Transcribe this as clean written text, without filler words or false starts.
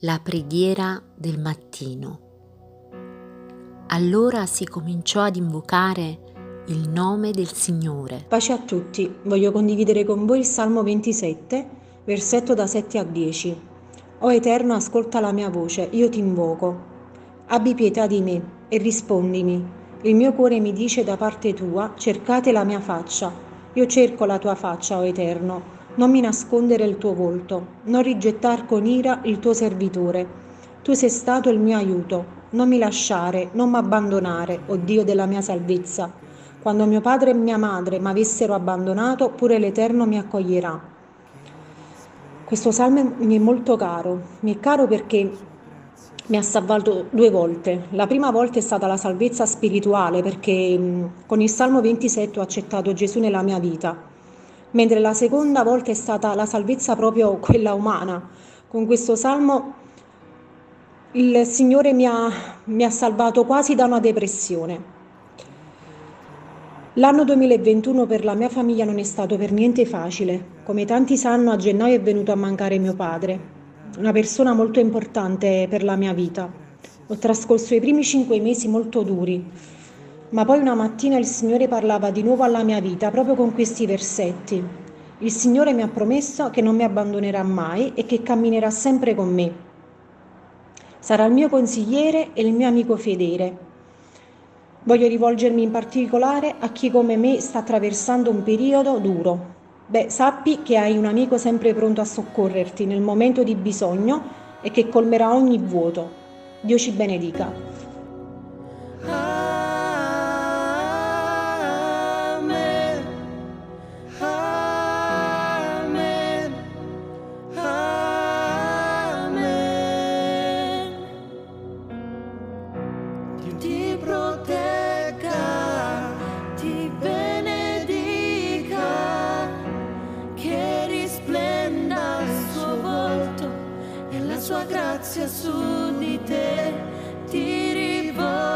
La preghiera del mattino. Allora si cominciò ad invocare il nome del Signore. Pace a tutti, voglio condividere con voi il Salmo 27, versetto da 7 a 10. O Eterno, ascolta la mia voce, io ti invoco. Abbi pietà di me e rispondimi. Il mio cuore mi dice da parte tua, cercate la mia faccia. Io cerco la tua faccia, o Eterno. Non mi nascondere il tuo volto, non rigettar con ira il tuo servitore. Tu sei stato il mio aiuto, non mi lasciare, non mi abbandonare, o Dio della mia salvezza. Quando mio padre e mia madre mi avessero abbandonato, pure l'Eterno mi accoglierà. Questo salmo mi è molto caro, mi è caro perché mi ha salvato 2 volte. La prima volta è stata la salvezza spirituale perché con il Salmo 27 ho accettato Gesù nella mia vita, mentre la seconda volta è stata la salvezza proprio quella umana. Con questo Salmo il Signore mi ha salvato quasi da una depressione. L'anno 2021 per la mia famiglia non è stato per niente facile. Come tanti sanno, a gennaio è venuto a mancare mio padre, una persona molto importante per la mia vita. Ho trascorso i primi 5 mesi molto duri, ma poi una mattina il Signore parlava di nuovo alla mia vita proprio con questi versetti. Il Signore mi ha promesso che non mi abbandonerà mai e che camminerà sempre con me. Sarà il mio consigliere e il mio amico fedele. Voglio rivolgermi in particolare a chi come me sta attraversando un periodo duro. Sappi che hai un amico sempre pronto a soccorrerti nel momento di bisogno e che colmerà ogni vuoto. Dio ci benedica. Ti protegga, ti benedica, che risplenda il suo volto e la sua grazia su di te ti rivolga.